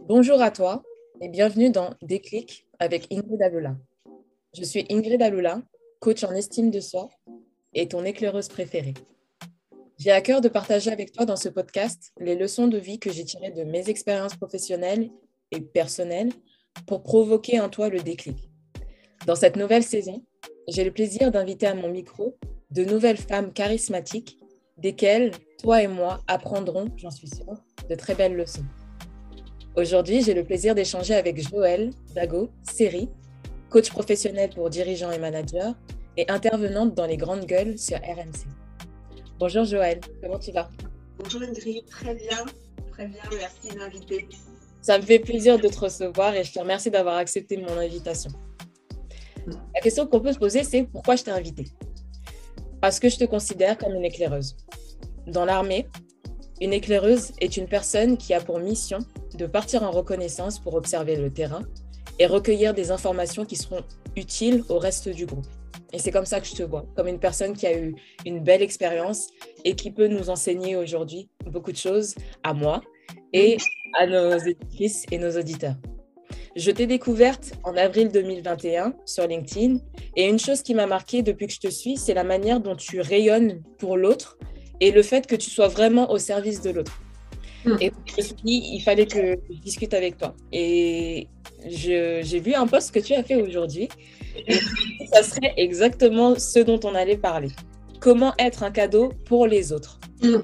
Bonjour à toi et bienvenue dans Déclic avec Ingrid Aloula. Je suis Ingrid Aloula, coach en estime de soi et ton éclaireuse préférée. J'ai à cœur de partager avec toi dans ce podcast les leçons de vie que j'ai tirées de mes expériences professionnelles et personnelles pour provoquer en toi le déclic. Dans cette nouvelle saison, j'ai le plaisir d'inviter à mon micro de nouvelles femmes charismatiques desquelles toi et moi apprendrons, j'en suis sûre, de très belles leçons. Aujourd'hui, j'ai le plaisir d'échanger avec Joëlle Dago-Seri, coach professionnel pour dirigeants et managers et intervenante dans les grandes gueules sur RMC. Bonjour Joëlle, comment tu vas? Bonjour Ingrid, très bien, merci de m'inviter. Ça me fait plaisir de te recevoir et je te remercie d'avoir accepté mon invitation. La question qu'on peut se poser, c'est pourquoi je t'ai invitée? Parce que je te considère comme une éclaireuse. Dans l'armée, une éclaireuse est une personne qui a pour mission de partir en reconnaissance pour observer le terrain et recueillir des informations qui seront utiles au reste du groupe. Et c'est comme ça que je te vois, comme une personne qui a eu une belle expérience et qui peut nous enseigner aujourd'hui beaucoup de choses à moi et à nos éditrices et nos auditeurs. Je t'ai découverte en avril 2021 sur LinkedIn et une chose qui m'a marquée depuis que je te suis, c'est la manière dont tu rayonnes pour l'autre et le fait que tu sois vraiment au service de l'autre. Et je me suis dit, il fallait que je discute avec toi. Et j'ai vu un post que tu as fait aujourd'hui. Et ça serait exactement ce dont on allait parler. Comment être un cadeau pour les autres.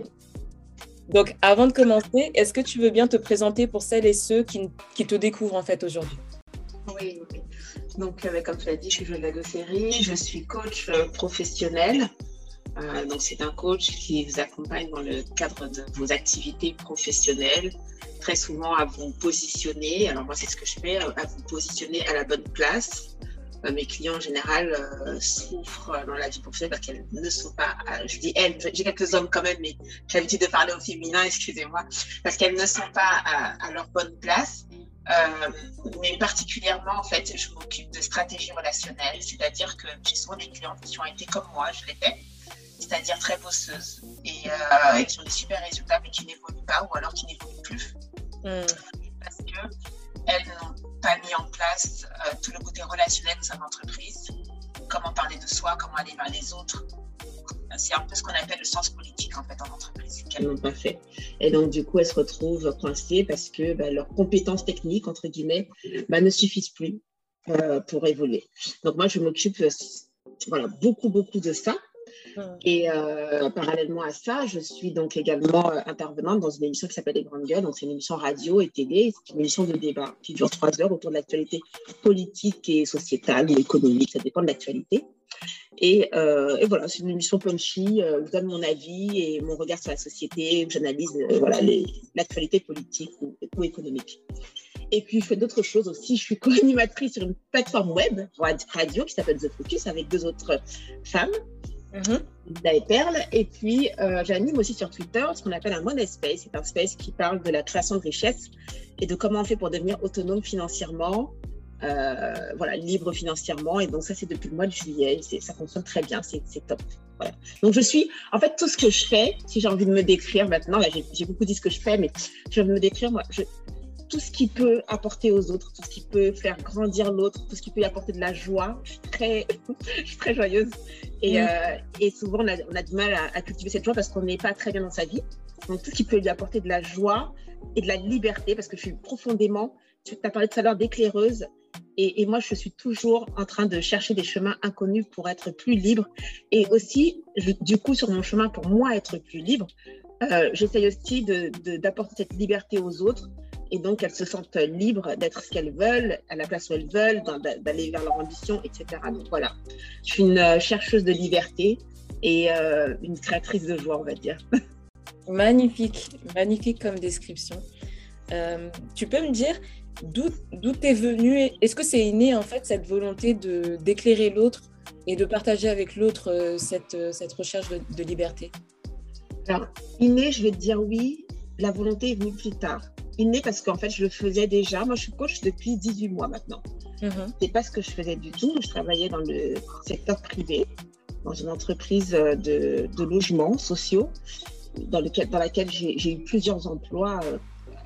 Donc, avant de commencer, est-ce que tu veux bien te présenter pour celles et ceux qui te découvrent en fait aujourd'hui? Oui. Donc, comme tu l'as dit, je suis Joëlle Dago-Seri, je suis coach professionnel. Donc, c'est un coach qui vous accompagne dans le cadre de vos activités professionnelles, très souvent à vous positionner. Alors, moi, c'est ce que je fais, à vous positionner à la bonne place. Mes clients, en général, souffrent dans la vie professionnelle parce qu'elles ne sont pas, je dis elles, j'ai quelques hommes quand même, mais j'ai l'habitude de parler au féminin, excusez-moi, parce qu'elles ne sont pas à leur bonne place. Mais particulièrement, en fait, je m'occupe de stratégie relationnelle, c'est-à-dire que j'ai souvent des clientes qui ont été comme moi, je l'étais, c'est-à-dire très bosseuses et qui ont des super résultats mais qui n'évoluent pas ou alors qui n'évoluent plus. Parce qu'elles n'ont pas mis en place tout le côté relationnel de son entreprise, comment parler de soi, comment aller vers les autres. C'est un peu ce qu'on appelle le sens politique en fait en entreprise qu'elles n'ont pas fait. Et donc du coup, elles se retrouvent coincées parce que leurs compétences techniques, entre guillemets, ne suffisent plus pour évoluer. Donc moi, je m'occupe beaucoup de ça. Et parallèlement à ça, je suis donc également intervenante dans une émission qui s'appelle Les Grandes Gueules. Donc, c'est une émission radio et télé. C'est une émission de débat qui dure 3 heures autour de l'actualité politique et sociétale ou économique. Ça dépend de l'actualité. Et voilà, c'est une émission punchy où je donne mon avis et mon regard sur la société, où j'analyse l'actualité politique ou économique. Et puis, je fais d'autres choses aussi. Je suis co-animatrice sur une plateforme web radio qui s'appelle The Focus avec 2 autres femmes. Linda et Perle. Et puis, j'anime aussi sur Twitter ce qu'on appelle un Money Space. C'est un space qui parle de la création de richesse et de comment on fait pour devenir autonome financièrement, libre financièrement. Et donc, ça, c'est depuis le mois de juillet. Ça fonctionne très bien. C'est top. Voilà. Donc, je suis, en fait, tout ce que je fais, si j'ai envie de me décrire maintenant, là, j'ai beaucoup dit ce que je fais, mais je veux me décrire, moi, tout ce qui peut apporter aux autres, tout ce qui peut faire grandir l'autre, tout ce qui peut y apporter de la joie. Je suis très joyeuse. Et souvent, on a du mal à cultiver cette joie parce qu'on n'est pas très bien dans sa vie. Donc, tout ce qui peut lui apporter de la joie et de la liberté, parce que je suis profondément, tu as parlé tout à l'heure d'éclaireuse, et moi, je suis toujours en train de chercher des chemins inconnus pour être plus libre. Et aussi, du coup, sur mon chemin, pour moi, être plus libre, j'essaye aussi d'apporter cette liberté aux autres. Et donc, qu'elles se sentent libres d'être ce qu'elles veulent, à la place où elles veulent, d'aller vers leur ambition, etc. Donc voilà, je suis une chercheuse de liberté et une créatrice de joie, on va dire. Magnifique comme description. Tu peux me dire d'où t'es venue? Est-ce que c'est inné, en fait, cette volonté d'éclairer l'autre et de partager avec l'autre cette recherche de liberté? Alors, inné, je vais te dire oui, la volonté est venue plus tard. Inné parce qu'en fait, je le faisais déjà. Moi, je suis coach depuis 18 mois maintenant. C'est pas ce que je faisais du tout. Je travaillais dans le secteur privé, dans une entreprise de logements sociaux, dans laquelle j'ai eu plusieurs emplois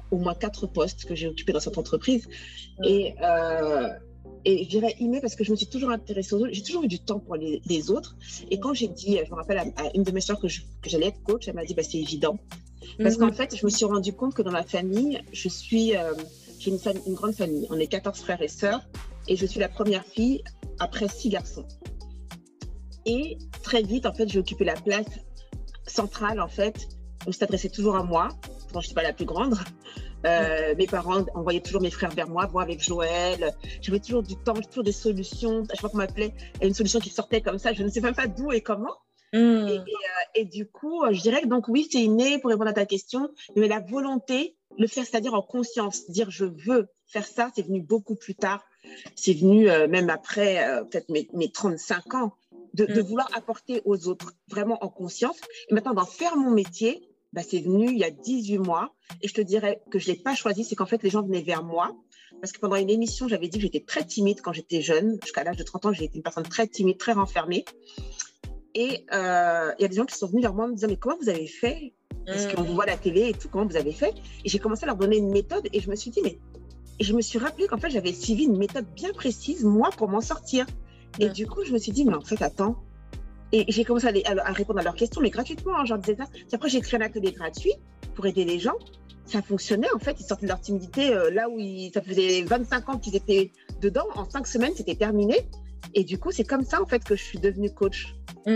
au moins 4 postes que j'ai occupés dans cette entreprise. Et je dirais inné parce que je me suis toujours intéressée aux autres. J'ai toujours eu du temps pour les autres. Et quand j'ai dit, je me rappelle à une de mes soeurs que j'allais être coach, elle m'a dit, bah, c'est évident. Parce qu'en fait, je me suis rendu compte que dans ma famille, j'ai une grande famille. On est 14 frères et sœurs. Et je suis la première fille après 6 garçons. Et très vite, en fait, j'ai occupé la place centrale, en fait. On s'adressait toujours à moi, quand je ne suis pas la plus grande. Mes parents envoyaient toujours mes frères vers moi, voir avec Joël. J'avais toujours du temps, toujours des solutions. À chaque fois qu'on m'appelait, il y a une solution qui sortait comme ça. Je ne sais même pas d'où et comment. Et du coup, je dirais que donc oui, c'est inné pour répondre à ta question, mais la volonté, le faire, c'est-à-dire en conscience, dire je veux faire ça, c'est venu beaucoup plus tard. C'est venu même après peut-être mes 35 ans, de vouloir apporter aux autres, vraiment en conscience. Et maintenant, d'en faire mon métier, bah, c'est venu il y a 18 mois. Et je te dirais que je ne l'ai pas choisi, c'est qu'en fait, les gens venaient vers moi. Parce que pendant une émission, j'avais dit que j'étais très timide quand j'étais jeune. Jusqu'à l'âge de 30 ans, j'ai été une personne très timide, très renfermée. Et il y a des gens qui sont venus vers moi en me disant, mais comment vous avez fait? Parce qu'on vous voit à la télé et tout, comment vous avez fait? Et j'ai commencé à leur donner une méthode et je me suis dit, mais je me suis rappelé qu'en fait, j'avais suivi une méthode bien précise, moi, pour m'en sortir. Et du coup, je me suis dit, mais en fait, attends. Et j'ai commencé à répondre à leurs questions, mais gratuitement, hein, genre disais ça. Puis après, j'ai créé un atelier gratuit pour aider les gens. Ça fonctionnait, en fait. Ils sortaient de leur timidité là où ça faisait 25 ans qu'ils étaient dedans. En 5 semaines, c'était terminé. Et du coup, c'est comme ça, en fait, que je suis devenue coach.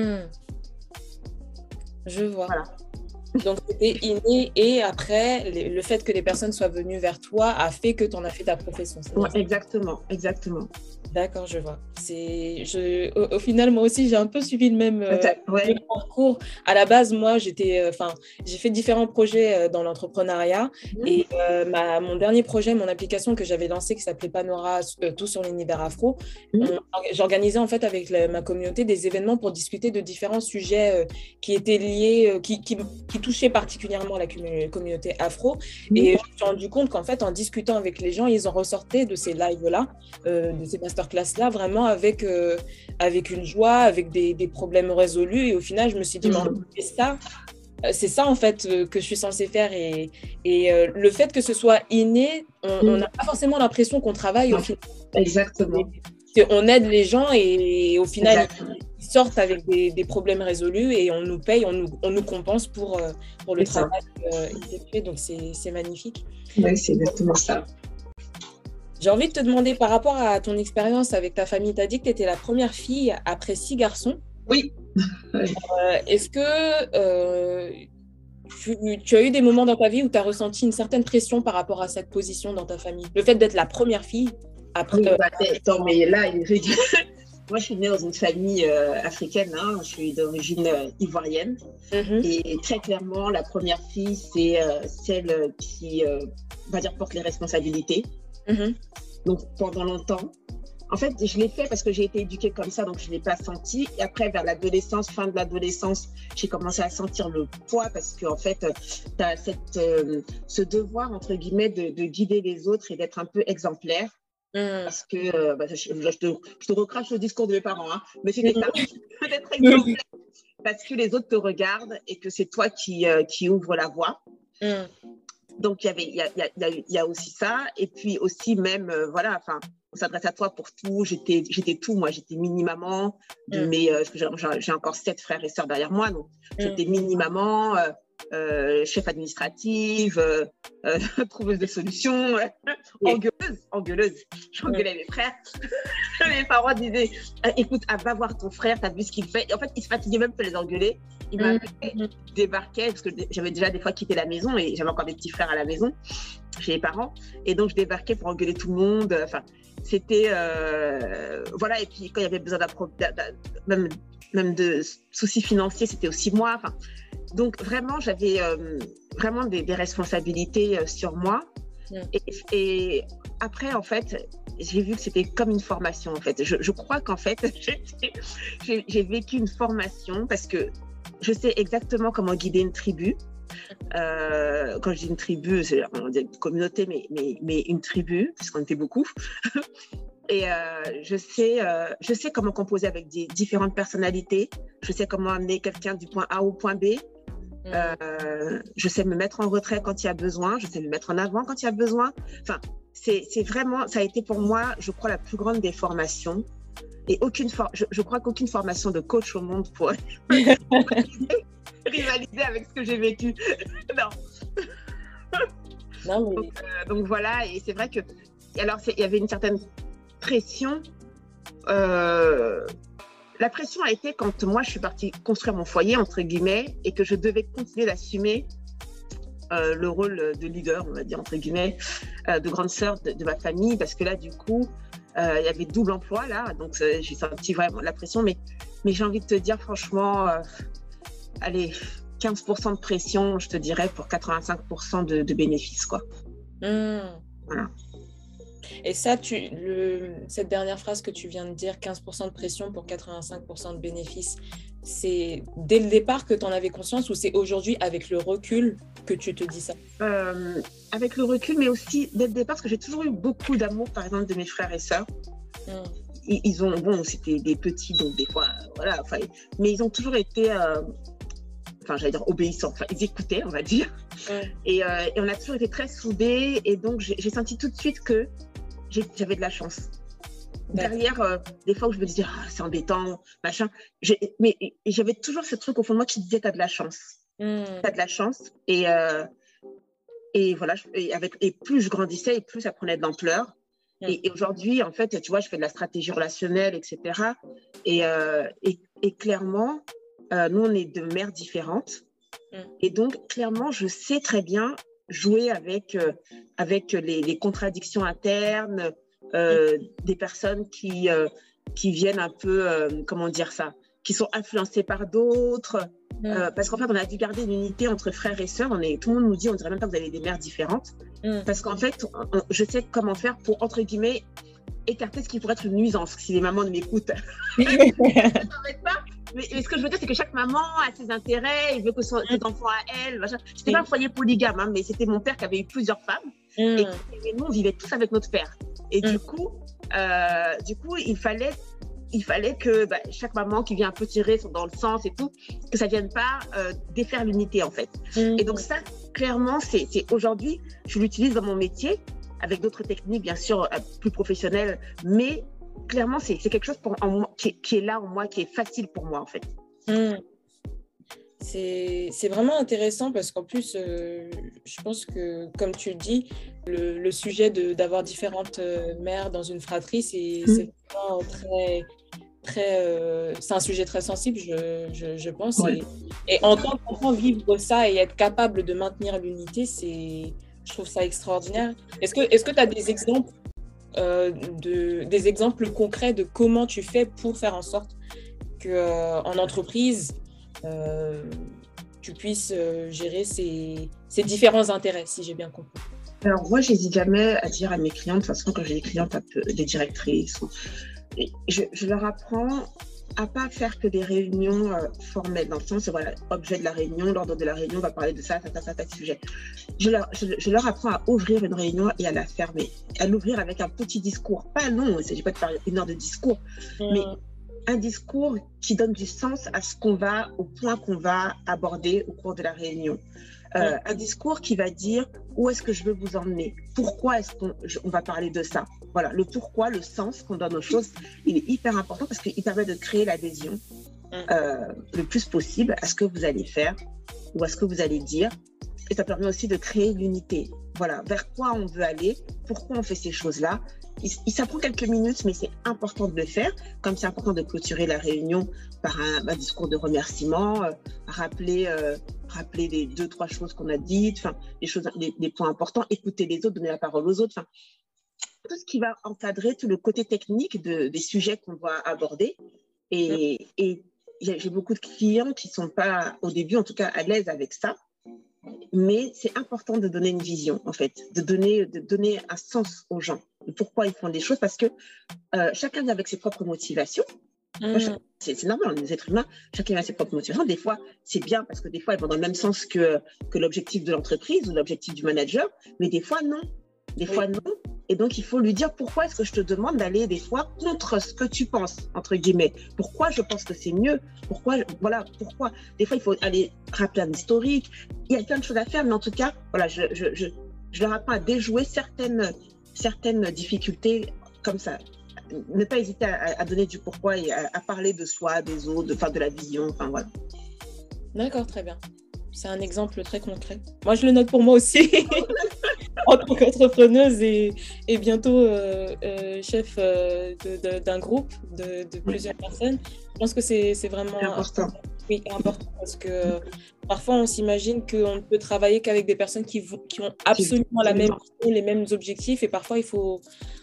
Je vois. Voilà. Donc, c'était inné et après, le fait que les personnes soient venues vers toi a fait que tu en as fait ta profession. Ouais, exactement, exactement. D'accord, je vois. Au final, moi aussi, j'ai un peu suivi le même parcours. À la base, moi, j'ai fait différents projets dans l'entrepreneuriat. Et mon dernier projet, mon application que j'avais lancée, qui s'appelait Panora, tout sur l'univers afro, j'organisais en fait avec ma communauté des événements pour discuter de différents sujets qui étaient liés, qui touchaient particulièrement la communauté afro. Et je me suis rendu compte qu'en fait, en discutant avec les gens, ils en ressortaient de ces lives-là, de ces masterclass-là, vraiment avec une joie, avec des problèmes résolus. Et au final, je me suis dit, c'est ça en fait que je suis censée faire. Et le fait que ce soit inné, on n'a pas forcément l'impression qu'on travaille au final. Exactement. On aide les gens et au final, ils sortent avec des problèmes résolus et on nous paye, on nous compense pour le travail effectué. Donc, c'est magnifique. Oui, c'est exactement ça. J'ai envie de te demander, par rapport à ton expérience avec ta famille, tu as dit que tu étais la première fille après 6 garçons. Oui. Est-ce que tu as eu des moments dans ta vie où tu as ressenti une certaine pression par rapport à cette position dans ta famille? Le fait d'être la première fille après... attends, mais là, moi, je suis née dans une famille africaine, hein. Je suis d'origine ivoirienne. Et très clairement, la première fille, c'est celle qui, on va dire, porte les responsabilités. Donc, pendant longtemps, en fait, je l'ai fait parce que j'ai été éduquée comme ça, donc je ne l'ai pas senti. Et après, vers l'adolescence, fin de l'adolescence, j'ai commencé à sentir le poids parce qu'en fait, tu as ce devoir, entre guillemets, de guider les autres et d'être un peu exemplaire. Parce que, je te recrache le discours de mes parents, hein, mais c'était ça, d'être exemplaire parce que les autres te regardent et que c'est toi qui ouvre la voie. Donc, il y a aussi ça. Et puis aussi même, on s'adresse à toi pour tout. J'étais tout, moi. J'étais mini-maman. J'ai encore 7 frères et sœurs derrière moi. Donc, j'étais mini-maman, chef administrative, trouveuse de solutions, engueuleuse. J'engueulais mes frères. Mes parents disaient, écoute, va voir ton frère, t'as vu ce qu'il fait. Et en fait, ils se fatiguaient même de les engueuler. Ils débarquaient parce que j'avais déjà des fois quitté la maison et j'avais encore des petits frères à la maison chez les parents. Et donc, je débarquais pour engueuler tout le monde. Enfin, c'était... voilà, et puis quand il y avait besoin même de soucis financiers, c'était aussi moi. Enfin, donc, vraiment, j'avais vraiment des responsabilités sur moi. Et après, en fait, j'ai vu que c'était comme une formation, en fait. Je crois qu'en fait, j'ai vécu une formation parce que je sais exactement comment guider une tribu. Quand je dis une tribu, c'est une communauté, mais une tribu, parce qu'on était beaucoup. Et je sais comment composer avec différentes personnalités. Je sais comment amener quelqu'un du point A au point B. Je sais me mettre en retrait quand il y a besoin. Je sais me mettre en avant quand il y a besoin. Enfin, c'est vraiment, ça a été pour moi, je crois, la plus grande des formations. Et je crois qu'aucune formation de coach au monde pourrait rivaliser avec ce que j'ai vécu. Non. Non, mais... donc voilà, et c'est vrai que, alors il y avait une certaine pression. La pression a été quand moi je suis partie construire mon foyer entre guillemets et que je devais continuer d'assumer le rôle de leader, on va dire entre guillemets, de grande sœur de ma famille, parce que là du coup il y avait double emploi là, donc j'ai senti vraiment la pression, mais j'ai envie de te dire franchement, allez, 15% de pression, je te dirais, pour 85% de bénéfices, quoi. Voilà. Et ça, cette dernière phrase que tu viens de dire, 15% de pression pour 85% de bénéfices, c'est dès le départ que tu en avais conscience ou c'est aujourd'hui, avec le recul, que tu te dis ça? Avec le recul, mais aussi dès le départ, parce que j'ai toujours eu beaucoup d'amour, par exemple, de mes frères et sœurs. Ils ont, bon, c'était des petits, donc des fois, voilà, mais ils ont toujours été... j'allais dire obéissants, ils écoutaient, on va dire. Et on a toujours été très soudés. Et donc, j'ai senti tout de suite que j'avais de la chance. Derrière, des fois où je me disais, c'est embêtant, machin. Mais j'avais toujours ce truc au fond de moi qui disait, t'as de la chance. T'as de la chance. Et voilà, et plus je grandissais, et plus ça prenait de l'ampleur. Et aujourd'hui, en fait, tu vois, je fais de la stratégie relationnelle, etc. Et clairement, nous, on est de mères différentes. Et donc, clairement, je sais très bien jouer avec les contradictions internes des personnes qui viennent un peu, comment dire ça, qui sont influencées par d'autres. Parce qu'en fait, on a dû garder une unité entre frères et sœurs. Tout le monde nous dit, on dirait même pas que vous avez des mères différentes. Parce qu'en fait, je sais comment faire pour, entre guillemets, écarter ce qui pourrait être une nuisance, si les mamans ne m'écoutent. Mais ce que je veux dire, c'est que chaque maman a ses intérêts, il veut que ses enfants à elle. Je n'étais pas un foyer polygame, hein, mais c'était mon père qui avait eu plusieurs femmes. Et nous, on vivait tous avec notre père. Et du coup, il fallait que chaque maman qui vient un peu tirer dans le sens et tout, que ça ne vienne pas défaire l'unité, en fait. Et donc ça, clairement, c'est aujourd'hui, je l'utilise dans mon métier, avec d'autres techniques, bien sûr, plus professionnelles, mais clairement, c'est quelque chose qui est là en moi, qui est facile pour moi, en fait. C'est vraiment intéressant parce qu'en plus, je pense que, comme tu le dis, le sujet d'avoir différentes mères dans une fratrie, c'est vraiment c'est un sujet très sensible, je pense. Ouais. Et en tant qu'enfant, vivre ça et être capable de maintenir l'unité, je trouve ça extraordinaire. Est-ce que tu as des exemples des exemples concrets de comment tu fais pour faire en sorte qu'en entreprise, tu puisses gérer ces différents intérêts, si j'ai bien compris? Alors moi, je n'hésite jamais à dire à mes clientes, de toute façon, quand j'ai des clientes, des directrices, je leur apprends à pas faire que des réunions formelles, dans le sens, voilà, objet de la réunion, l'ordre de la réunion, on va parler de ça, sujet. Je leur apprends à ouvrir une réunion et à la fermer, à l'ouvrir avec un petit discours. Pas long, il ne s'agit pas de faire une heure de discours, mais un discours qui donne du sens au point qu'on va aborder au cours de la réunion. Un discours qui va dire où est-ce que je veux vous emmener, pourquoi est-ce qu'on va parler de ça. Voilà, le pourquoi, le sens qu'on donne aux choses, il est hyper important parce qu'il permet de créer l'adhésion le plus possible à ce que vous allez faire ou à ce que vous allez dire. Et ça permet aussi de créer l'unité. Voilà, vers quoi on veut aller, pourquoi on fait ces choses-là. Ça prend quelques minutes, mais c'est important de le faire, comme c'est important de clôturer la réunion par un discours de remerciement, rappeler les 2-3 choses qu'on a dites, les points importants, écouter les autres, donner la parole aux autres, tout ce qui va encadrer tout le côté technique des sujets qu'on va aborder. Et j'ai beaucoup de clients qui ne sont pas, au début en tout cas, à l'aise avec ça. Mais c'est important de donner une vision, en fait, de donner un sens aux gens, de pourquoi ils font des choses, parce que chacun vient avec ses propres motivations. C'est normal, on est des êtres humains, chacun a ses propres motivations. Des fois, c'est bien parce que des fois, ils vont dans le même sens que l'objectif de l'entreprise ou l'objectif du manager, mais des fois, non. Des fois, non. Et donc, il faut lui dire pourquoi est-ce que je te demande d'aller des fois contre ce que tu penses, entre guillemets. Pourquoi je pense que c'est mieux. Voilà, pourquoi. Des fois, il faut aller rappeler un historique. Il y a plein de choses à faire, mais en tout cas, voilà, je leur apprends à déjouer certaines difficultés comme ça. Ne pas hésiter à donner du pourquoi et à parler de soi, des autres, de la vision, enfin voilà. D'accord, très bien. C'est un exemple très concret. Moi, je le note pour moi aussi. En tant qu'entrepreneuse et bientôt chef d'un groupe de plusieurs personnes, je pense que c'est vraiment important. Oui, important parce que parfois on s'imagine qu'on ne peut travailler qu'avec des personnes qui ont absolument la même vision, les mêmes objectifs, et parfois il faut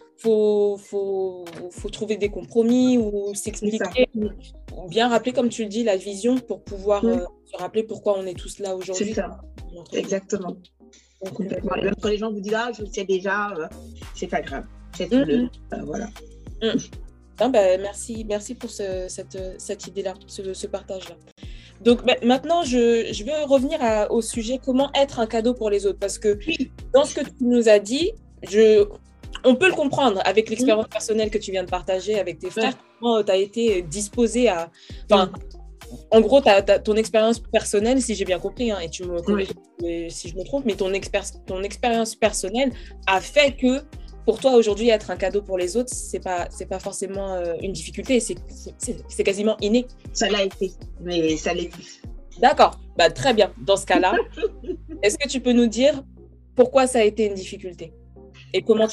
trouver des compromis ou s'expliquer, ou bien rappeler, comme tu le dis, la vision pour pouvoir se rappeler pourquoi on est tous là aujourd'hui. C'est ça, exactement. Complètement. Même quand les gens vous disent « Ah, je le sais déjà », c'est pas grave. Faites-le. Voilà. Non, merci pour cette idée-là, ce partage-là. Donc maintenant, je vais revenir au sujet comment être un cadeau pour les autres. Parce que dans ce que tu nous as dit, on peut le comprendre avec l'expérience personnelle que tu viens de partager avec tes frères. Comment tu as été disposée à... En gros, ton expérience personnelle, si j'ai bien compris, et tu me corriges si je me trompe, mais ton expérience personnelle a fait que pour toi, aujourd'hui, être un cadeau pour les autres, c'est pas forcément une difficulté, c'est quasiment inné. Ça l'a été, mais ça l'est plus. D'accord, très bien. Dans ce cas-là, est-ce que tu peux nous dire pourquoi ça a été une difficulté et comment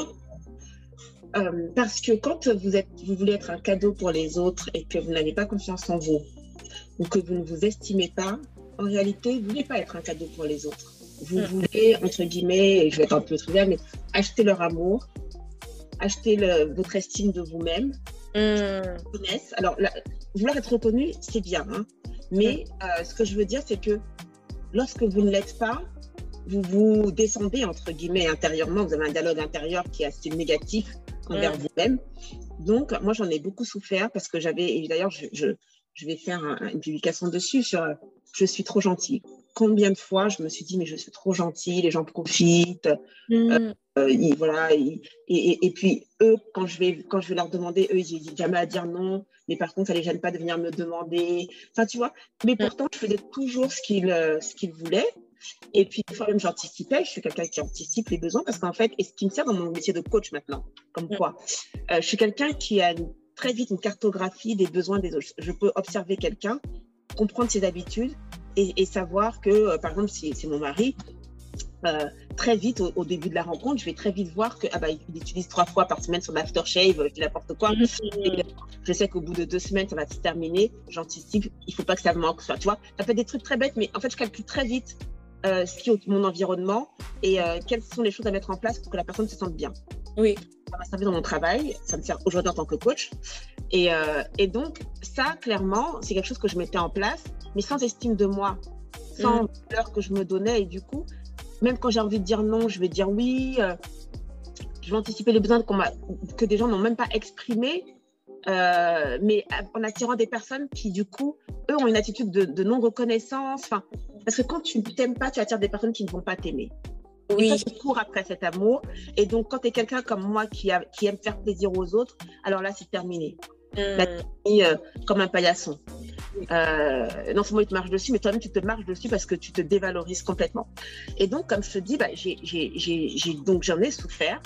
parce que quand vous voulez être un cadeau pour les autres et que vous n'avez pas confiance en vous ou que vous ne vous estimez pas, en réalité, vous ne voulez pas être un cadeau pour les autres. Vous voulez, entre guillemets, et je vais être un peu trivial, mais acheter leur amour, acheter votre estime de vous-même. Alors, vouloir être reconnu, c'est bien, mais ce que je veux dire, c'est que lorsque vous ne l'êtes pas, vous vous descendez, entre guillemets, intérieurement. Vous avez un dialogue intérieur qui est assez négatif envers vous-même. Donc, moi, j'en ai beaucoup souffert parce que et d'ailleurs, je vais faire une publication dessus sur « Je suis trop gentille ». Combien de fois je me suis dit « Mais je suis trop gentille, les gens profitent. » Voilà. Et puis, eux, quand je vais leur demander, eux, ils n'hésitent jamais à dire non. Mais par contre, ça ne les gêne pas de venir me demander. Enfin, tu vois. Mais pourtant, je faisais toujours ce qu'ils voulaient. Et puis, des fois même, j'anticipais. Je suis quelqu'un qui anticipe les besoins parce qu'en fait, et ce qui me sert dans mon métier de coach maintenant, comme quoi, je suis quelqu'un qui a très vite une cartographie des besoins des autres. Je peux observer quelqu'un, comprendre ses habitudes et savoir que, par exemple, si c'est mon mari, très vite, au début de la rencontre, je vais très vite voir qu'il utilise 3 fois par semaine son aftershave, n'importe quoi. Et je sais qu'au bout de 2 semaines, ça va se terminer. J'anticipe, il ne faut pas que ça manque. Tu vois, ça fait des trucs très bêtes, mais en fait, je calcule très vite ce qui est mon environnement et quelles sont les choses à mettre en place pour que la personne se sente bien. Oui. Ça m'a servi dans mon travail, ça me sert aujourd'hui en tant que coach. Et donc, ça, clairement, c'est quelque chose que je mettais en place, mais sans estime de moi, sans valeur que je me donnais. Et du coup, même quand j'ai envie de dire non, je vais dire oui. Je vais anticiper les besoins que des gens n'ont même pas exprimés, mais en attirant des personnes qui, du coup, eux, ont une attitude de non-reconnaissance. Parce que quand tu ne t'aimes pas, tu attires des personnes qui ne vont pas t'aimer. Oui. Et toi, tu cours après cet amour. Et donc, quand tu es quelqu'un comme moi qui aime faire plaisir aux autres, alors là, c'est terminé. Là, tu es comme un paillasson. Non seulement il te marche dessus, mais toi-même, tu te marches dessus parce que tu te dévalorises complètement. Et donc, comme je te dis, j'en ai souffert.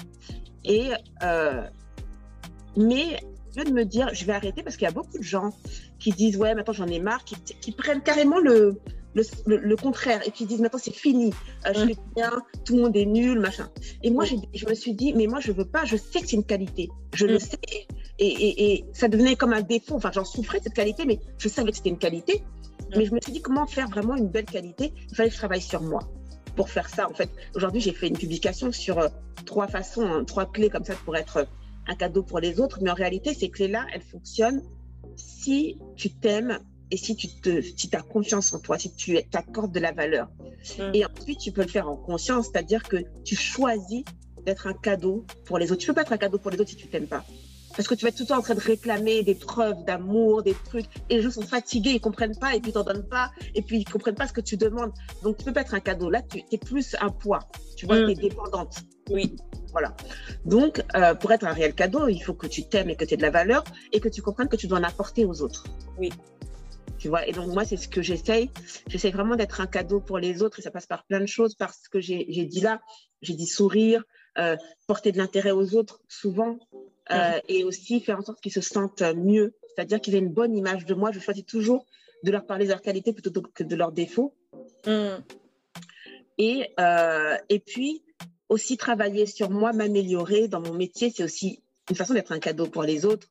Mais au lieu de me dire, je vais arrêter, parce qu'il y a beaucoup de gens qui disent, ouais, maintenant j'en ai marre, qui prennent carrément le contraire et qui disent, maintenant c'est fini, je fais bien, tout le monde est nul, machin. Et moi, je me suis dit, mais moi, je veux pas, je sais que c'est une qualité, je le sais, et ça devenait comme un défaut, enfin, j'en souffrais de cette qualité, mais je savais que c'était une qualité, mais je me suis dit, comment faire vraiment une belle qualité? Il fallait que je travaille sur moi. Pour faire ça, en fait, aujourd'hui, j'ai fait une publication sur 3 façons, 3 clés comme ça pour être un cadeau pour les autres, mais en réalité, ces clés-là, elles fonctionnent si tu t'aimes et si tu as confiance en toi, si tu t'accordes de la valeur. Et ensuite, tu peux le faire en conscience, c'est-à-dire que tu choisis d'être un cadeau pour les autres. Tu ne peux pas être un cadeau pour les autres si tu ne t'aimes pas. Parce que tu vas être tout le temps en train de réclamer des preuves d'amour, des trucs, et les gens sont fatigués, ils ne comprennent pas, et puis ils ne t'en donnent pas, et puis ils ne comprennent pas ce que tu demandes. Donc, tu ne peux pas être un cadeau. Là, tu es plus un poids. Tu vois, tu es dépendante. Oui. Voilà. Donc, pour être un réel cadeau, il faut que tu t'aimes et que tu aies de la valeur et que tu comprennes que tu dois en apporter aux autres. Oui. Tu vois, et donc moi, c'est ce que j'essaye. J'essaye vraiment d'être un cadeau pour les autres et ça passe par plein de choses parce que j'ai dit là, j'ai dit sourire, porter de l'intérêt aux autres souvent et aussi faire en sorte qu'ils se sentent mieux, c'est-à-dire qu'ils aient une bonne image de moi. Je choisis toujours de leur parler de leurs qualités plutôt que de leurs défauts. Et puis, aussi travailler sur moi, m'améliorer dans mon métier, c'est aussi une façon d'être un cadeau pour les autres.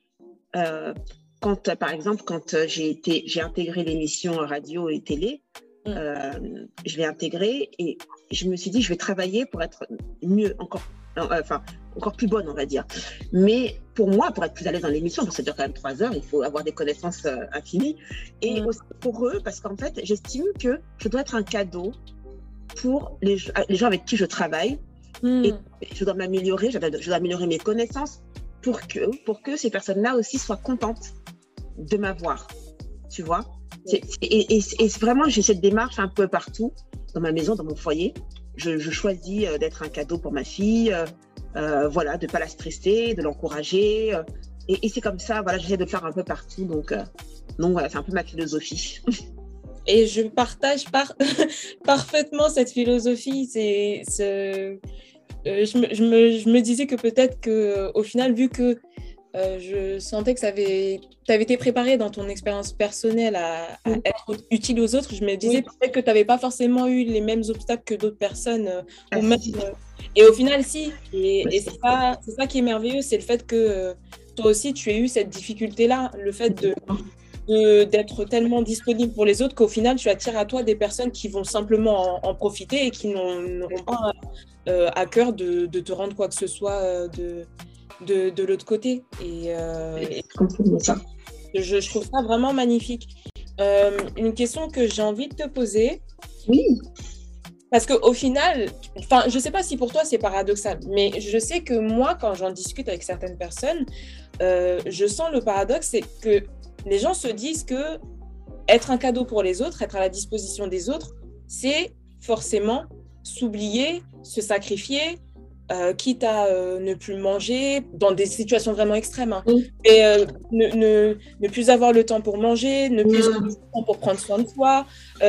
Par exemple, quand j'ai intégré l'émission radio et télé, je l'ai intégrée et je me suis dit, je vais travailler pour être mieux, encore plus bonne, on va dire. Mais pour moi, pour être plus à l'aise dans l'émission, parce que ça dure quand même 3 heures, il faut avoir des connaissances infinies. Et aussi pour eux, parce qu'en fait, j'estime que je dois être un cadeau pour les gens avec qui je travaille. Et je dois m'améliorer, je dois améliorer mes connaissances pour que ces personnes-là aussi soient contentes de m'avoir, tu vois. Et vraiment, j'ai cette démarche un peu partout, dans ma maison, dans mon foyer. Je choisis d'être un cadeau pour ma fille, voilà, de ne pas la stresser, de l'encourager. Et c'est comme ça, voilà, j'essaie de le faire un peu partout. Donc voilà, c'est un peu ma philosophie. Et je partage parfaitement cette philosophie. Je me disais que peut-être qu'au final, vu que je sentais que tu avais été préparée dans ton expérience personnelle à être utile aux autres, je me disais peut-être que tu n'avais pas forcément eu les mêmes obstacles que d'autres personnes. Et au final, si. Et c'est ça qui est merveilleux, c'est le fait que toi aussi, tu aies eu cette difficulté-là, le fait d'être tellement disponible pour les autres qu'au final, tu attires à toi des personnes qui vont simplement en profiter et qui n'auront pas à cœur de te rendre quoi que ce soit de l'autre côté. Et je trouve ça vraiment magnifique. Une question que j'ai envie de te poser. Oui. Parce qu'au final, je ne sais pas si pour toi c'est paradoxal, mais je sais que moi, quand j'en discute avec certaines personnes, je sens le paradoxe, c'est que les gens se disent que être un cadeau pour les autres, être à la disposition des autres, c'est forcément s'oublier, se sacrifier, quitte à ne plus manger, dans des situations vraiment extrêmes, hein. Et ne plus avoir le temps pour manger, ne plus avoir le temps pour prendre soin de soi,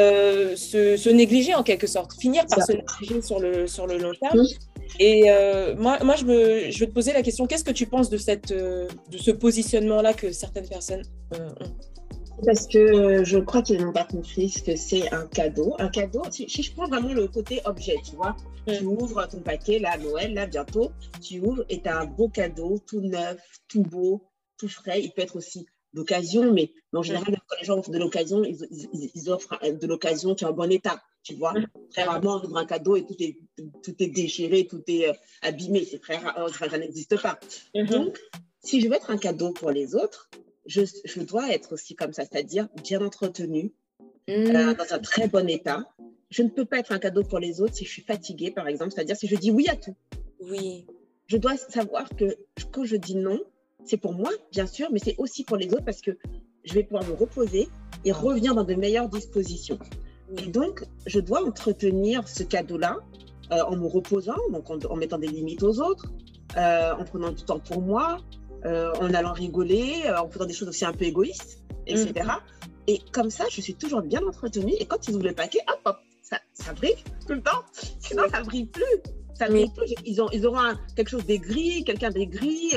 se négliger en quelque sorte, finir par se négliger sur le long terme. Et moi, je veux te poser la question, qu'est-ce que tu penses de ce positionnement-là que certaines personnes ont? Parce que je crois qu'ils n'ont pas compris ce que c'est un cadeau. Un cadeau, si je prends vraiment le côté objet, tu vois, tu ouvres ton paquet, là, Noël, là, bientôt, tu ouvres et tu as un beau cadeau, tout neuf, tout beau, tout frais. Il peut être aussi d'occasion, mais en général, quand les gens offrent de l'occasion, ils offrent de l'occasion qui est en bon état, tu vois. Très rarement, on ouvre un cadeau et tout est déchiré, tout est abîmé. C'est très rare, ça n'existe pas. Donc, si je veux être un cadeau pour les autres, je dois être aussi comme ça, c'est-à-dire bien entretenu, dans un très bon état. Je ne peux pas être un cadeau pour les autres si je suis fatiguée, par exemple, c'est-à-dire si je dis oui à tout. Oui. Je dois savoir que quand je dis non, c'est pour moi, bien sûr, mais c'est aussi pour les autres parce que je vais pouvoir me reposer et revenir dans de meilleures dispositions. Et donc, je dois entretenir ce cadeau-là en me reposant, donc en mettant des limites aux autres, en prenant du temps pour moi, en allant rigoler, en faisant des choses aussi un peu égoïstes, etc. Et comme ça, je suis toujours bien entretenue. Et quand ils ouvrent le paquet, hop, ça brille tout le temps. Sinon, ça ne brille plus. Ça brille plus. Ils auront quelque chose d'aigri, quelqu'un d'aigri,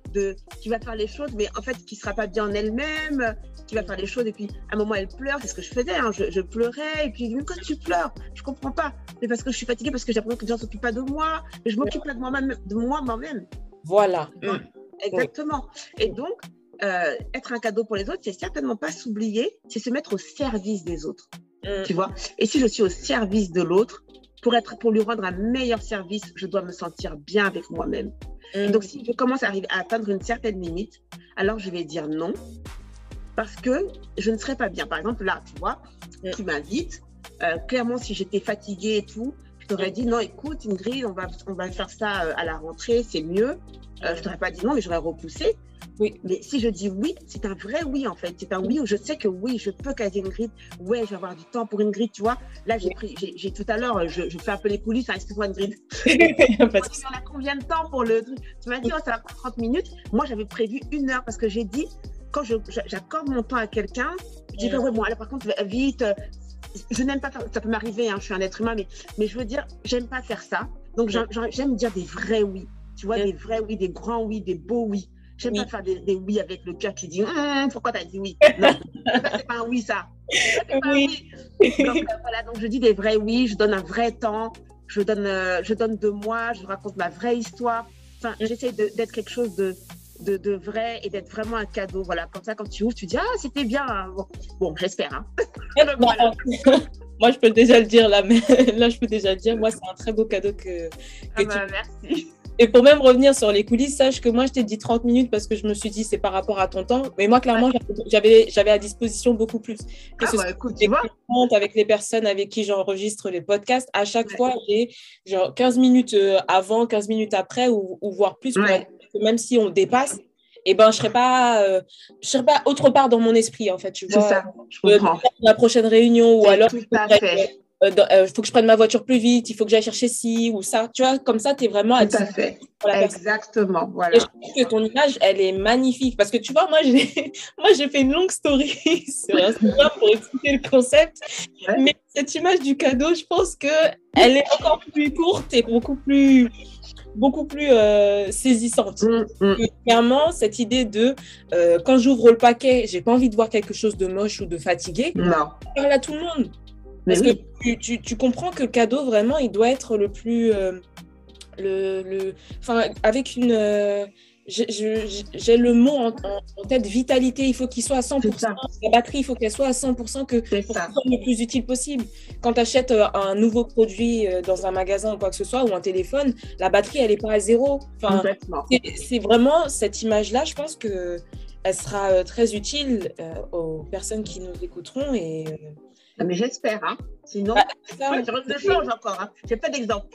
qui va faire les choses, mais en fait, qui ne sera pas bien en elle-même, qui va faire les choses. Et puis, à un moment, elle pleure. C'est ce que je faisais. Hein. Je pleurais. Et puis, quand tu pleures, je ne comprends pas. Mais parce que je suis fatiguée, parce que j'ai l'impression que les gens ne s'occupent pas de moi. Mais je m'occupe pas de moi-même. Voilà. Exactement. Et donc, être un cadeau pour les autres, c'est certainement pas s'oublier, c'est se mettre au service des autres. Tu vois. Et si je suis au service de l'autre, pour lui rendre un meilleur service, je dois me sentir bien avec moi-même. Et donc, si je commence à atteindre une certaine limite, alors je vais dire non, parce que je ne serai pas bien. Par exemple, là, tu vois, tu m'invites. Clairement, si j'étais fatiguée et tout, je t'aurais dit non, écoute, Ingrid, on va faire ça à la rentrée, c'est mieux. Je t'aurais pas dit non, mais j'aurais repoussé. Oui. Mais si je dis oui, c'est un vrai oui en fait. C'est un oui où je sais que oui, je peux caser Ingrid. Ouais, je vais avoir du temps pour Ingrid, tu vois. Là, j'ai tout à l'heure, je fais un peu les coulisses. Hein, excuse-moi Ingrid. On a combien de temps pour le truc? Tu m'as dit, oh, ça va prendre 30 minutes. Moi, j'avais prévu 1 heure parce que j'ai dit, quand j'accorde mon temps à quelqu'un, je dis, ouais, bon, alors par contre, vite. Je n'aime pas faire, ça peut m'arriver, hein, je suis un être humain, mais je veux dire, j'aime pas faire ça. Donc, j'aime dire des vrais oui. Tu vois, des vrais oui, des grands oui, des beaux oui. J'aime pas faire des oui avec le cœur qui dit pourquoi t'as dit oui. Non, c'est pas un oui, ça. C'est pas un oui. Donc, voilà, donc je dis des vrais oui, je donne un vrai temps, je donne de moi, je raconte ma vraie histoire. Enfin, j'essaie d'être quelque chose de vrai et d'être vraiment un cadeau. Voilà, comme ça, quand tu ouvres, tu dis c'était bien. Hein. Bon, j'espère. Hein. Voilà. Moi, je peux déjà le dire là, mais là, je peux déjà le dire. Moi, c'est un très beau cadeau que merci. Et pour même revenir sur les coulisses, sache que moi, je t'ai dit 30 minutes parce que je me suis dit c'est par rapport à ton temps. Mais moi, clairement, j'avais à disposition beaucoup plus. Écoute, tu vois, avec les personnes avec qui j'enregistre les podcasts, à chaque fois, j'ai genre 15 minutes avant, 15 minutes après ou voire plus. Même si on dépasse, je ne serais pas autre part dans mon esprit, en fait. Tu vois, ça, je comprends. La prochaine réunion ou alors... Tout à fait. Il faut que je prenne ma voiture plus vite, il faut que j'aille chercher ci ou ça. Tu vois, comme ça, tu es vraiment à tout à fait. Exactement. Voilà. Et je trouve que ton image, elle est magnifique. Parce que tu vois, moi, j'ai fait une longue story sur Instagram pour expliquer le concept. Ouais. Mais cette image du cadeau, je pense qu'elle est encore plus courte et beaucoup plus saisissante. Clairement, cette idée de quand j'ouvre le paquet, j'ai pas envie de voir quelque chose de moche ou de fatigué. Non. Parle à tout le monde. Parce que tu comprends que le cadeau, vraiment, il doit être le plus... avec une... j'ai le mot en tête, vitalité, il faut qu'il soit à 100%. La batterie, il faut qu'elle soit à 100% pour que ce soit le plus utile possible. Quand tu achètes un nouveau produit dans un magasin ou quoi que ce soit, ou un téléphone, la batterie, elle n'est pas à 0. Enfin, c'est vraiment cette image-là, je pense qu'elle sera très utile aux personnes qui nous écouteront et... mais j'espère, hein. Sinon, je change encore. Hein. J'ai pas d'exemple.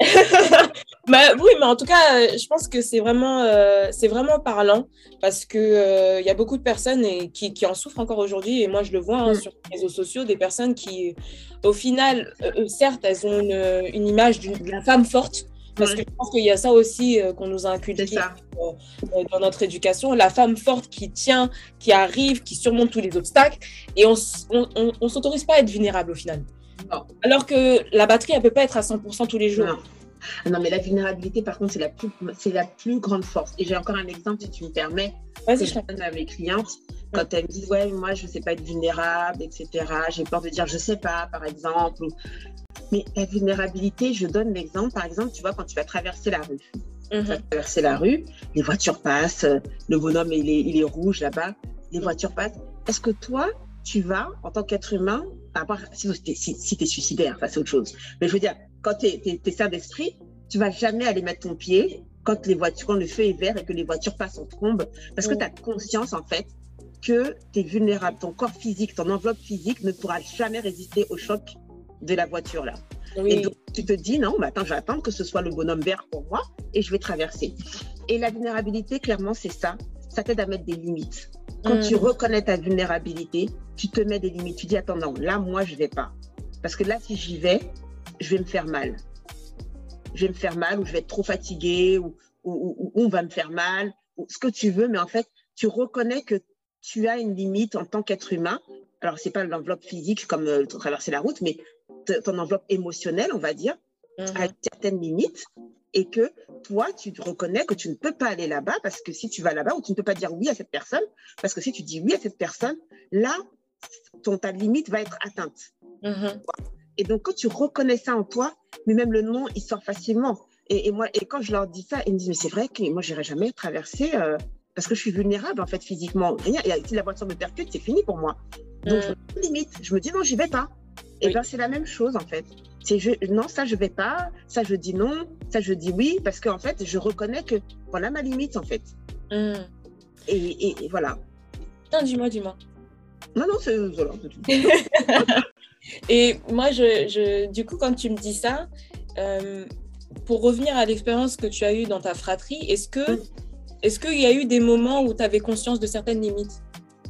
Oui, mais en tout cas, je pense que c'est vraiment parlant parce que y a beaucoup de personnes qui en souffrent encore aujourd'hui. Et moi, je le vois sur les réseaux sociaux, des personnes qui, au final, certes, elles ont une image d'une femme forte. Parce que je pense qu'il y a ça aussi qu'on nous a inculqué dans notre éducation. La femme forte qui tient, qui arrive, qui surmonte tous les obstacles. Et on s'autorise pas à être vulnérable au final. Non. Alors que la batterie, elle peut pas être à 100% tous les jours. Non, mais la vulnérabilité, par contre, c'est la plus grande force. Et j'ai encore un exemple, si tu me permets. Vas-y, je donne à mes clientes. Quand elles me disent, ouais, moi, je sais pas être vulnérable, etc. J'ai peur de dire, je sais pas, par exemple. Mais la vulnérabilité, je donne l'exemple, par exemple, tu vois, quand tu vas traverser la rue. Tu vas traverser la rue, les voitures passent, le bonhomme, il est rouge là-bas, les voitures passent. Est-ce que toi, tu vas, en tant qu'être humain, à part si tu es suicidaire, c'est autre chose. Mais je veux dire, quand tu es sain d'esprit, tu vas jamais aller mettre ton pied quand le feu est vert et que les voitures passent en trombe, parce que tu as conscience, en fait, que tu es vulnérable. Ton corps physique, ton enveloppe physique ne pourra jamais résister au choc de la voiture là. Et donc tu te dis non, mais attends, je vais attendre que ce soit le bonhomme vert pour moi et je vais traverser. Et la vulnérabilité, clairement, c'est ça. Ça t'aide à mettre des limites. Quand tu reconnais ta vulnérabilité, tu te mets des limites. Tu dis attends, non, là, moi, je vais pas. Parce que là, si j'y vais, je vais me faire mal. Je vais me faire mal ou je vais être trop fatiguée ou on va me faire mal ou ce que tu veux. Mais en fait, tu reconnais que tu as une limite en tant qu'être humain. Alors, c'est pas l'enveloppe physique comme traverser la route, mais ton enveloppe émotionnelle, on va dire, à certaines limites, et que toi, tu reconnais que tu ne peux pas aller là-bas parce que si tu vas là-bas, ou tu ne peux pas dire oui à cette personne, parce que si tu dis oui à cette personne, là, ta limite va être atteinte. Et donc, quand tu reconnais ça en toi, mais même le nom, il sort facilement. Et quand je leur dis ça, ils me disent, mais c'est vrai que moi, je n'irai jamais traverser parce que je suis vulnérable, en fait, physiquement. Et si la voiture me percute, c'est fini pour moi. Donc, je me limite. Je me dis, non, j'y vais pas. Et bien, c'est la même chose, en fait. Non, ça, je vais pas. Ça, je dis non. Ça, je dis oui. Parce qu'en fait, je reconnais que voilà ma limite, en fait. Et voilà. Non, dis-moi. Non, c'est voilà. Et moi, du coup, quand tu me dis ça, pour revenir à l'expérience que tu as eue dans ta fratrie, est-ce qu'il y a eu des moments où tu avais conscience de certaines limites?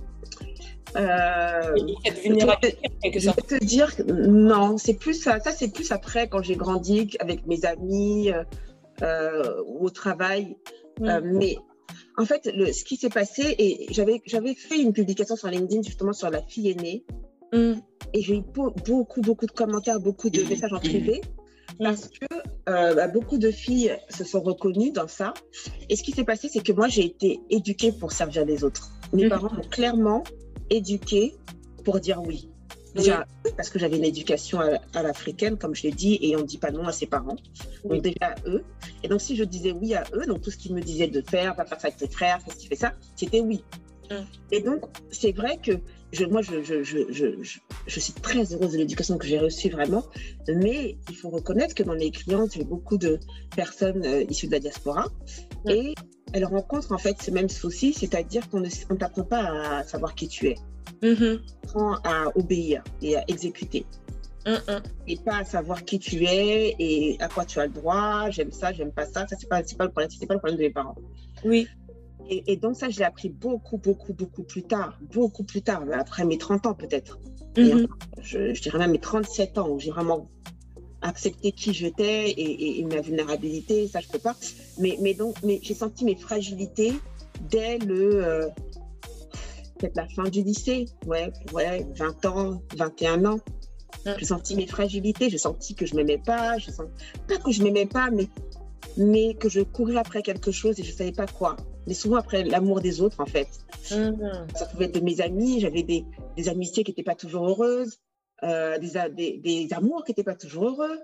Cette vulnérabilité, en quelque Je vais sorte. te dire que non, c'est plus ça, c'est plus après quand j'ai grandi avec mes amis ou au travail. Mais en fait, ce qui s'est passé, et j'avais fait une publication sur LinkedIn justement sur la fille aînée, et j'ai eu beaucoup de commentaires, beaucoup de messages en privé, parce que beaucoup de filles se sont reconnues dans ça. Et ce qui s'est passé, c'est que moi, j'ai été éduquée pour servir les autres. Mes parents m'ont clairement éduquée pour dire oui. Déjà, parce que j'avais une éducation à l'africaine, comme je l'ai dit, et on ne dit pas non à ses parents. Donc déjà, eux. Et donc, si je disais oui à eux, donc tout ce qu'ils me disaient de faire, pas faire ça avec tes frères, qu'est-ce que tu fais ça, c'était oui. Et donc, c'est vrai que moi, je suis très heureuse de l'éducation que j'ai reçue vraiment, mais il faut reconnaître que dans mes clientes, j'ai beaucoup de personnes issues de la diaspora, et elles rencontrent en fait ce même souci, c'est-à-dire qu'on ne t'apprend pas à savoir qui tu es. On apprend à obéir et à exécuter. Et pas à savoir qui tu es et à quoi tu as le droit, j'aime ça, j'aime pas ça, c'est pas le problème, c'était pas le problème de mes parents. Oui. Et donc ça, je l'ai appris beaucoup plus tard, après mes 30 ans peut-être. Et enfin, je dirais même mes 37 ans, où j'ai vraiment accepté qui j'étais et ma vulnérabilité, ça je peux pas. Mais j'ai senti mes fragilités dès peut-être la fin du lycée, 20 ans, 21 ans. J'ai senti mes fragilités, j'ai senti que je m'aimais pas, pas que je m'aimais pas, mais que je courais après quelque chose et je savais pas quoi. Mais souvent après l'amour des autres, en fait. Ça pouvait être de mes amis, j'avais des amitiés qui n'étaient pas toujours heureuses, des amours qui n'étaient pas toujours heureux.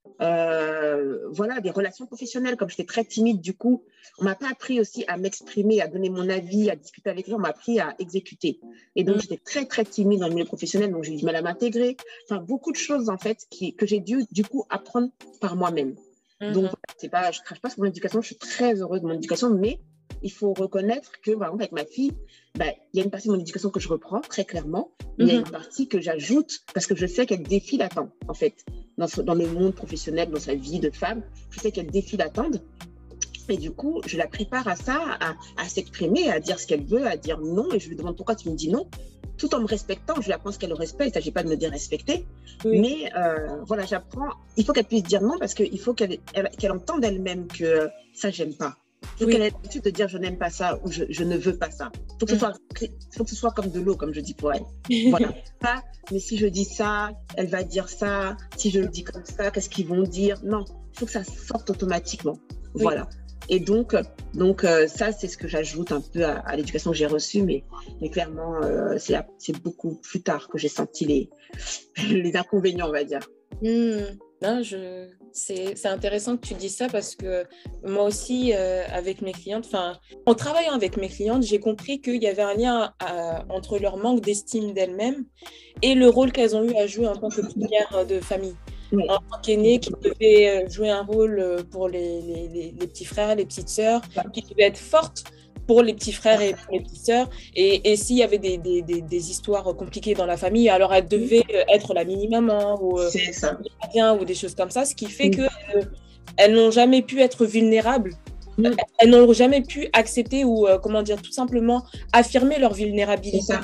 Voilà, des relations professionnelles, comme j'étais très timide, du coup, on m'a pas appris aussi à m'exprimer, à donner mon avis, à discuter avec les gens, on m'a appris à exécuter. Et donc, j'étais très timide dans le milieu professionnel, donc j'ai eu du mal à m'intégrer. Enfin, beaucoup de choses, en fait, que j'ai dû, du coup, apprendre par moi-même. Donc, je ne crache pas sur mon éducation, je suis très heureuse de mon éducation, mais il faut reconnaître que, par exemple, avec ma fille, il y a une partie de mon éducation que je reprends très clairement, mais il y a une partie que j'ajoute parce que je sais qu'elle défie l'attente, en fait, dans le monde professionnel, dans sa vie de femme. Je sais qu'elle défie l'attente. Et du coup, je la prépare à ça, à s'exprimer, à dire ce qu'elle veut, à dire non. Et je lui demande pourquoi tu me dis non, tout en me respectant. Je lui apprends ce qu'elle respecte. Il ne s'agit pas de me dérespecter. Mais voilà, j'apprends. Il faut qu'elle puisse dire non parce qu'il faut qu'elle entende elle-même que ça, j'aime pas. Il faut qu'elle ait l'habitude de dire je n'aime pas ça ou je ne veux pas ça. Il faut que ce soit comme de l'eau, comme je dis pour elle. Voilà. Pas, mais si je dis ça, elle va dire ça. Si je le dis comme ça, qu'est-ce qu'ils vont dire? Non, il faut que ça sorte automatiquement. Voilà. Et donc ça, c'est ce que j'ajoute un peu à l'éducation que j'ai reçue, mais clairement, c'est beaucoup plus tard que j'ai senti les inconvénients, on va dire. Non, c'est intéressant que tu dises ça parce que moi aussi, avec mes clientes, en travaillant avec mes clientes, j'ai compris qu'il y avait un lien entre leur manque d'estime d'elles-mêmes et le rôle qu'elles ont eu à jouer en tant que pilière de famille. En tant qu'aînée, qui devait jouer un rôle pour les petits frères, les petites sœurs, qui devait être forte pour les petits frères et pour les petites sœurs. Et s'il y avait des histoires compliquées dans la famille, alors elle devait être la mini-maman ou des choses comme ça, ce qui fait qu'elles n'ont jamais pu être vulnérables. Elles n'ont jamais pu accepter ou, tout simplement affirmer leur vulnérabilité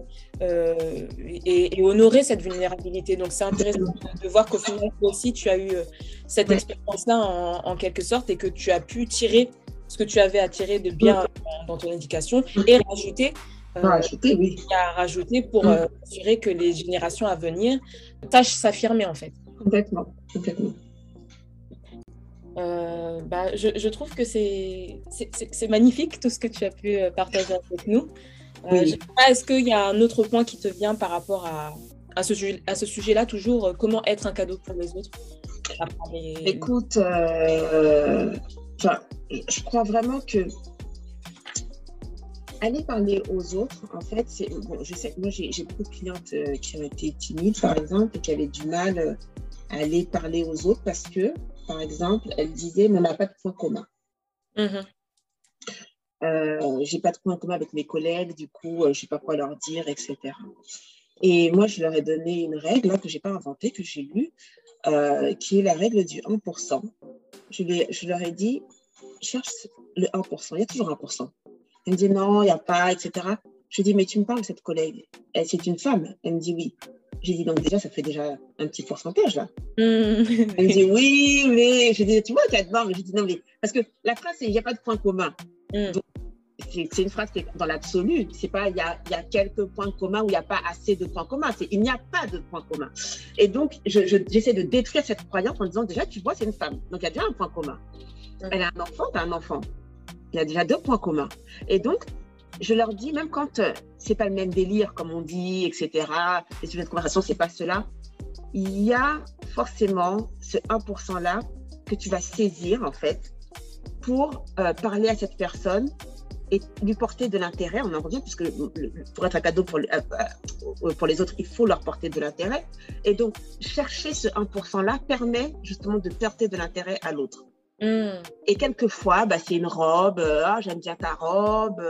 et honorer cette vulnérabilité. Donc, c'est intéressant de voir qu'au final, toi aussi, tu as eu cette expérience-là en quelque sorte et que tu as pu tirer ce que tu avais à tirer de bien dans ton éducation et rajouter pour assurer que les générations à venir sachent s'affirmer, en fait. Complètement. Je trouve que c'est magnifique tout ce que tu as pu partager avec nous. Est-ce qu'il y a un autre point qui te vient par rapport à ce sujet-là, toujours, comment être un cadeau pour les autres? Écoute, je crois vraiment que aller parler aux autres, en fait, je sais que moi, j'ai beaucoup de clientes qui ont été timides, par exemple, et qui avaient du mal à aller parler aux autres parce que, par exemple, elles disaient, mais on n'a pas de point commun. J'ai pas de point commun avec mes collègues, du coup, je sais pas quoi leur dire, etc. Et moi, je leur ai donné une règle que j'ai pas inventée, que j'ai lue. qui est la règle du 1%. Je leur ai dit, cherche le 1%. Il y a toujours 1%. Elle me dit non, il n'y a pas, etc. Je dis, mais tu me parles de cette collègue. C'est une femme. Elle me dit oui. J'ai dit, donc déjà, ça fait déjà un petit pourcentage, là. Elle me dit, oui, mais... Je dis, tu vois, Cadmore, mais je dis, non, mais... Parce que la phrase, c'est, il n'y a pas de point commun. Donc, c'est une phrase qui est dans l'absolu. C'est pas, il y a quelques points communs où il n'y a pas assez de points communs. C'est, il n'y a pas de points communs. Et donc, j'essaie de détruire cette croyance en disant, déjà, tu vois, c'est une femme. Donc, il y a déjà un point commun. Elle a un enfant, tu as un enfant. Il y a déjà 2 points communs. Et donc, je leur dis, même quand c'est pas le même délire, comme on dit, etc., les sujets de conversation, c'est pas cela, il y a forcément ce 1%-là que tu vas saisir, en fait, pour parler à cette personne et lui porter de l'intérêt. On en revient, puisque pour être un cadeau pour les autres, il faut leur porter de l'intérêt. Et donc, chercher ce 1%-là permet justement de porter de l'intérêt à l'autre. Et quelquefois, c'est une robe, j'aime bien ta robe.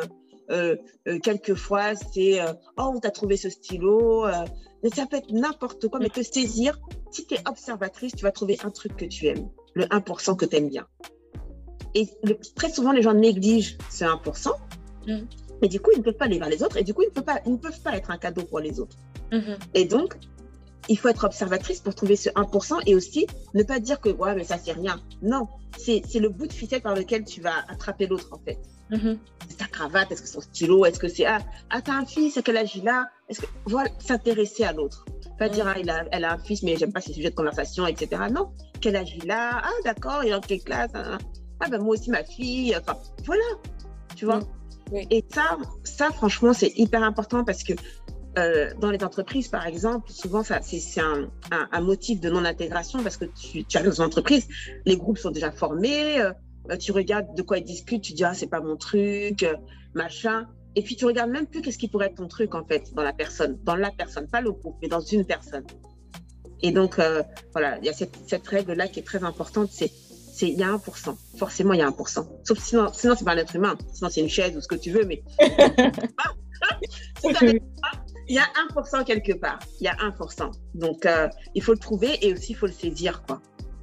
Quelquefois, c'est oh, on t'a trouvé ce stylo. Mais ça peut être n'importe quoi, mais te saisir. Si tu es observatrice, tu vas trouver un truc que tu aimes, le 1% que tu aimes bien. Et très souvent, les gens négligent ce 1%, mais du coup, ils ne peuvent pas aller vers les autres, et du coup, ils ne peuvent pas être un cadeau pour les autres. Et donc, il faut être observatrice pour trouver ce 1% et aussi ne pas dire que ouais, mais ça, c'est rien. Non, c'est le bout de ficelle par lequel tu vas attraper l'autre, en fait. C'est ta cravate, est-ce que c'est son stylo, est-ce que c'est t'as un fils, à quel âge il a, est-ce que voilà, s'intéresser à l'autre, pas dire elle a un fils mais j'aime pas ces sujets de conversation, etc. Non, quel âge il a, d'accord, il est en quelle classe, moi aussi ma fille, enfin voilà, tu vois. Et ça franchement c'est hyper important parce que dans les entreprises par exemple souvent c'est un motif de non-intégration parce que tu arrives dans une entreprise, les groupes sont déjà formés, tu regardes de quoi ils discutent, tu dis c'est pas mon truc, machin. Et puis tu regardes même plus qu'est-ce qui pourrait être ton truc en fait dans la personne, pas le groupe, mais dans une personne. Et donc voilà, il y a cette règle-là qui est très importante, c'est il y a 1%. Forcément, il y a 1%. Sauf sinon c'est pas un être humain. Sinon, c'est une chaise ou ce que tu veux, mais il y a 1% quelque part. Il y a 1%. Donc il faut le trouver et aussi il faut le saisir, quoi.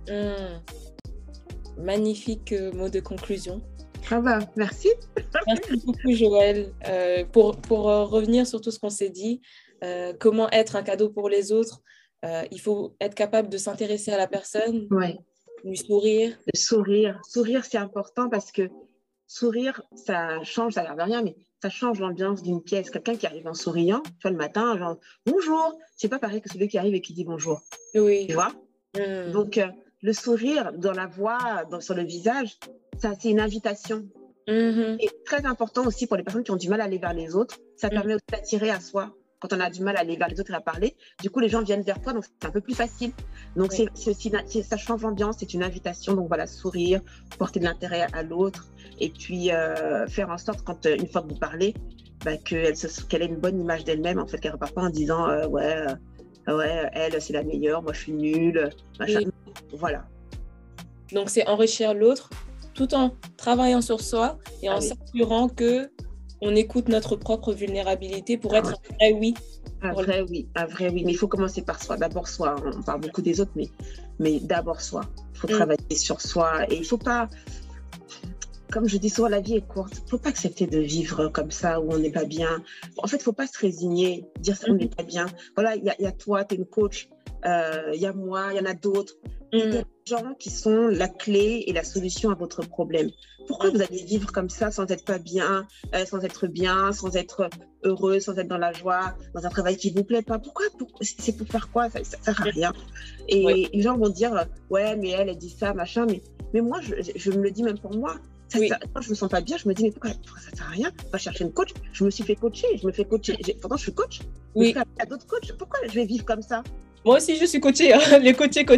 Magnifique mot de conclusion. Merci. Merci beaucoup, Joëlle. Pour revenir sur tout ce qu'on s'est dit, comment être un cadeau pour les autres, il faut être capable de s'intéresser à la personne, lui sourire. Le sourire, c'est important parce que sourire, ça change, ça a l'air de rien, mais ça change l'ambiance d'une pièce. Quelqu'un qui arrive en souriant, tu vois, le matin, genre bonjour, c'est pas pareil que celui qui arrive et qui dit bonjour. Oui. Tu vois. Donc, le sourire dans la voix, sur le visage, ça, c'est une invitation. Et très important aussi pour les personnes qui ont du mal à aller vers les autres. Ça permet aussi d'attirer à soi. Quand on a du mal à aller vers les autres et à parler, du coup, les gens viennent vers toi, donc c'est un peu plus facile. Donc, ça change l'ambiance, c'est une invitation. Donc, voilà, sourire, porter de l'intérêt à l'autre et puis faire en sorte, une fois que vous parlez, qu'elle ait une bonne image d'elle-même, en fait, qu'elle ne repart pas en disant elle, c'est la meilleure, moi, je suis nulle, machin. Voilà. Donc, c'est enrichir l'autre tout en travaillant sur soi et en s'assurant qu'on écoute notre propre vulnérabilité pour être un vrai oui. Un vrai oui. Mais il faut commencer par soi. D'abord soi. On parle beaucoup des autres, mais d'abord soi. Il faut travailler sur soi. Et il ne faut pas, comme je dis souvent, la vie est courte. Il ne faut pas accepter de vivre comme ça où on n'est pas bien. En fait, il ne faut pas se résigner, dire ça, on n'est pas bien. Voilà, il y a toi, tu es une coach. Il y a moi, il y en a d'autres. Il y a des gens qui sont la clé et la solution à votre problème. Pourquoi vous allez vivre comme ça sans être pas bien, sans être bien, sans être heureux, sans être dans la joie, dans un travail qui ne vous plaît pas? Pourquoi? C'est pour faire quoi? Ça ne sert à rien. Et les gens vont dire ouais, mais elle dit ça, machin. Mais moi, je me le dis même pour moi. Quand je me sens pas bien, je me dis mais pourquoi ça sert à rien? Va chercher une coach. Je me suis fait coacher, je me fais coacher. Pourtant, je suis coach. Il y a d'autres coachs. Pourquoi je vais vivre comme ça? Moi aussi, je suis coachée. Les coachés.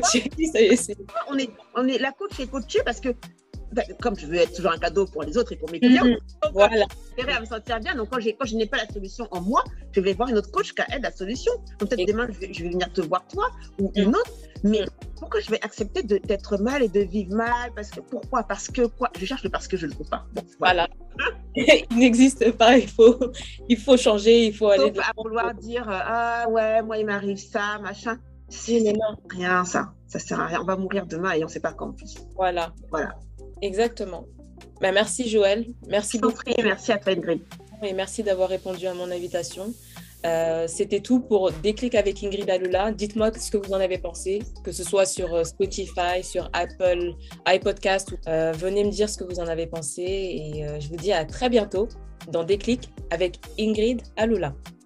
La coach est coachée parce que, comme je veux être toujours un cadeau pour les autres et pour mes clients, voilà. J'aimerais à me sentir bien. Donc, quand je n'ai pas la solution en moi, je vais voir une autre coach qui a elle la solution. Donc, peut-être demain, je vais venir te voir toi ou une autre. Mais pourquoi je vais accepter d'être mal et de vivre mal? Pourquoi? Parce que quoi? Je cherche le parce que je ne le trouve pas. Bon, voilà. Il n'existe pas. Il faut changer. Il faut aller. À vouloir dire ouais, moi il m'arrive ça, machin. Oui, mais non. Rien, ça sert à rien. On va mourir demain et on ne sait pas quand en plus. Voilà, Voilà. exactement. Ben, merci Joël, merci beaucoup Merci à toi Ingrid. et merci d'avoir répondu à mon invitation. C'était tout pour Déclic avec Ingrid Alula. Dites-moi ce que vous en avez pensé, que ce soit sur Spotify, sur Apple, iPodcast. Venez me dire ce que vous en avez pensé et je vous dis à très bientôt dans Déclic avec Ingrid Alula.